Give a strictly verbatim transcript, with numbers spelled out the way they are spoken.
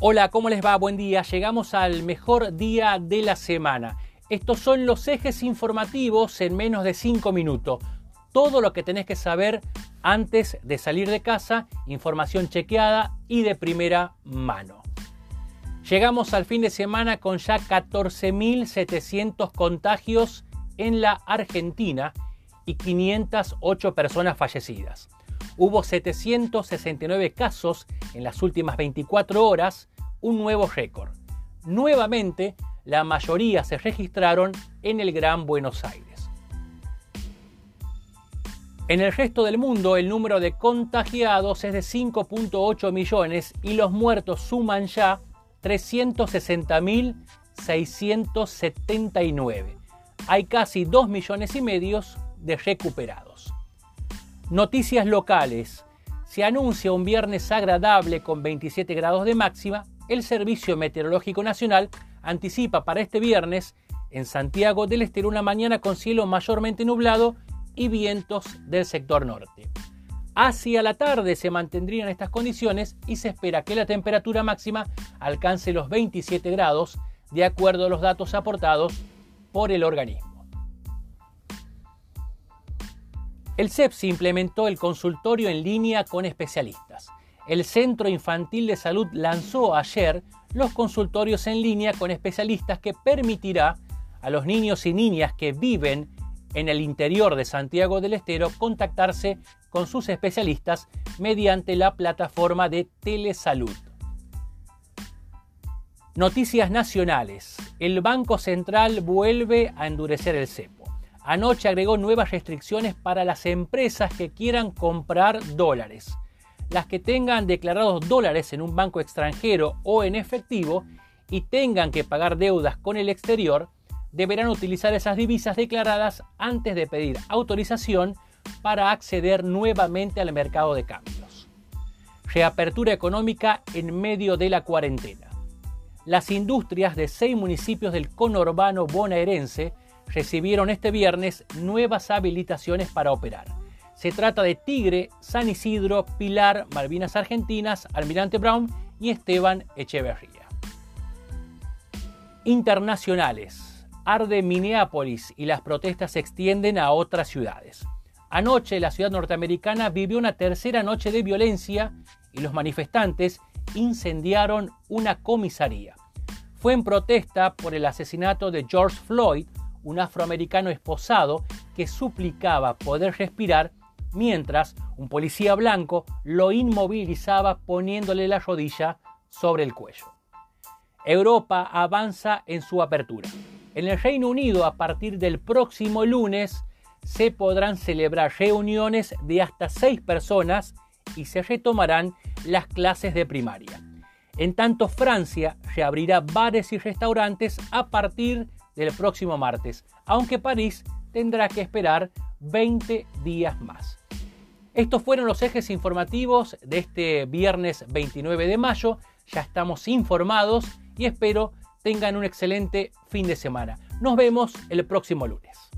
Hola, ¿cómo les va? Buen día. Llegamos al mejor día de la semana. Estos son los ejes informativos en menos de cinco minutos. Todo lo que tenés que saber antes de salir de casa, información chequeada y de primera mano. Llegamos al fin de semana con ya catorce mil setecientos contagios en la Argentina y quinientas ocho personas fallecidas. Hubo setecientos sesenta y nueve casos en las últimas veinticuatro horas, un nuevo récord. Nuevamente, la mayoría se registraron en el Gran Buenos Aires. En el resto del mundo, el número de contagiados es de cinco punto ocho millones y los muertos suman ya trescientos sesenta mil seiscientos setenta y nueve. Hay casi dos millones y medio de recuperados. Noticias locales. Se anuncia un viernes agradable con veintisiete grados de máxima. El Servicio Meteorológico Nacional anticipa para este viernes en Santiago del Estero una mañana con cielo mayormente nublado y vientos del sector norte. Hacia la tarde se mantendrían estas condiciones y se espera que la temperatura máxima alcance los veintisiete grados, de acuerdo a los datos aportados por el organismo. El CEPSI implementó el consultorio en línea con especialistas. El Centro Infantil de Salud lanzó ayer los consultorios en línea con especialistas que permitirá a los niños y niñas que viven en el interior de Santiago del Estero contactarse con sus especialistas mediante la plataforma de telesalud. Noticias nacionales. El Banco Central vuelve a endurecer el cepo. Anoche agregó nuevas restricciones para las empresas que quieran comprar dólares. Las que tengan declarados dólares en un banco extranjero o en efectivo y tengan que pagar deudas con el exterior, deberán utilizar esas divisas declaradas antes de pedir autorización para acceder nuevamente al mercado de cambios. Reapertura económica en medio de la cuarentena. Las industrias de seis municipios del conurbano bonaerense recibieron este viernes nuevas habilitaciones para operar. Se trata de Tigre, San Isidro, Pilar, Malvinas Argentinas, Almirante Brown y Esteban Echeverría. Internacionales. Arde Minneapolis y las protestas se extienden a otras ciudades. Anoche la ciudad norteamericana vivió una tercera noche de violencia y los manifestantes incendiaron una comisaría. Fue en protesta por el asesinato de George Floyd, un afroamericano esposado que suplicaba poder respirar mientras un policía blanco lo inmovilizaba poniéndole la rodilla sobre el cuello. Europa avanza en su apertura. En el Reino Unido, a partir del próximo lunes, se podrán celebrar reuniones de hasta seis personas y se retomarán las clases de primaria. En tanto, Francia reabrirá bares y restaurantes a partir del próximo martes, aunque París tendrá que esperar veinte días más. Estos fueron los ejes informativos de este viernes veintinueve de mayo. Ya estamos informados y espero tengan un excelente fin de semana. Nos vemos el próximo lunes.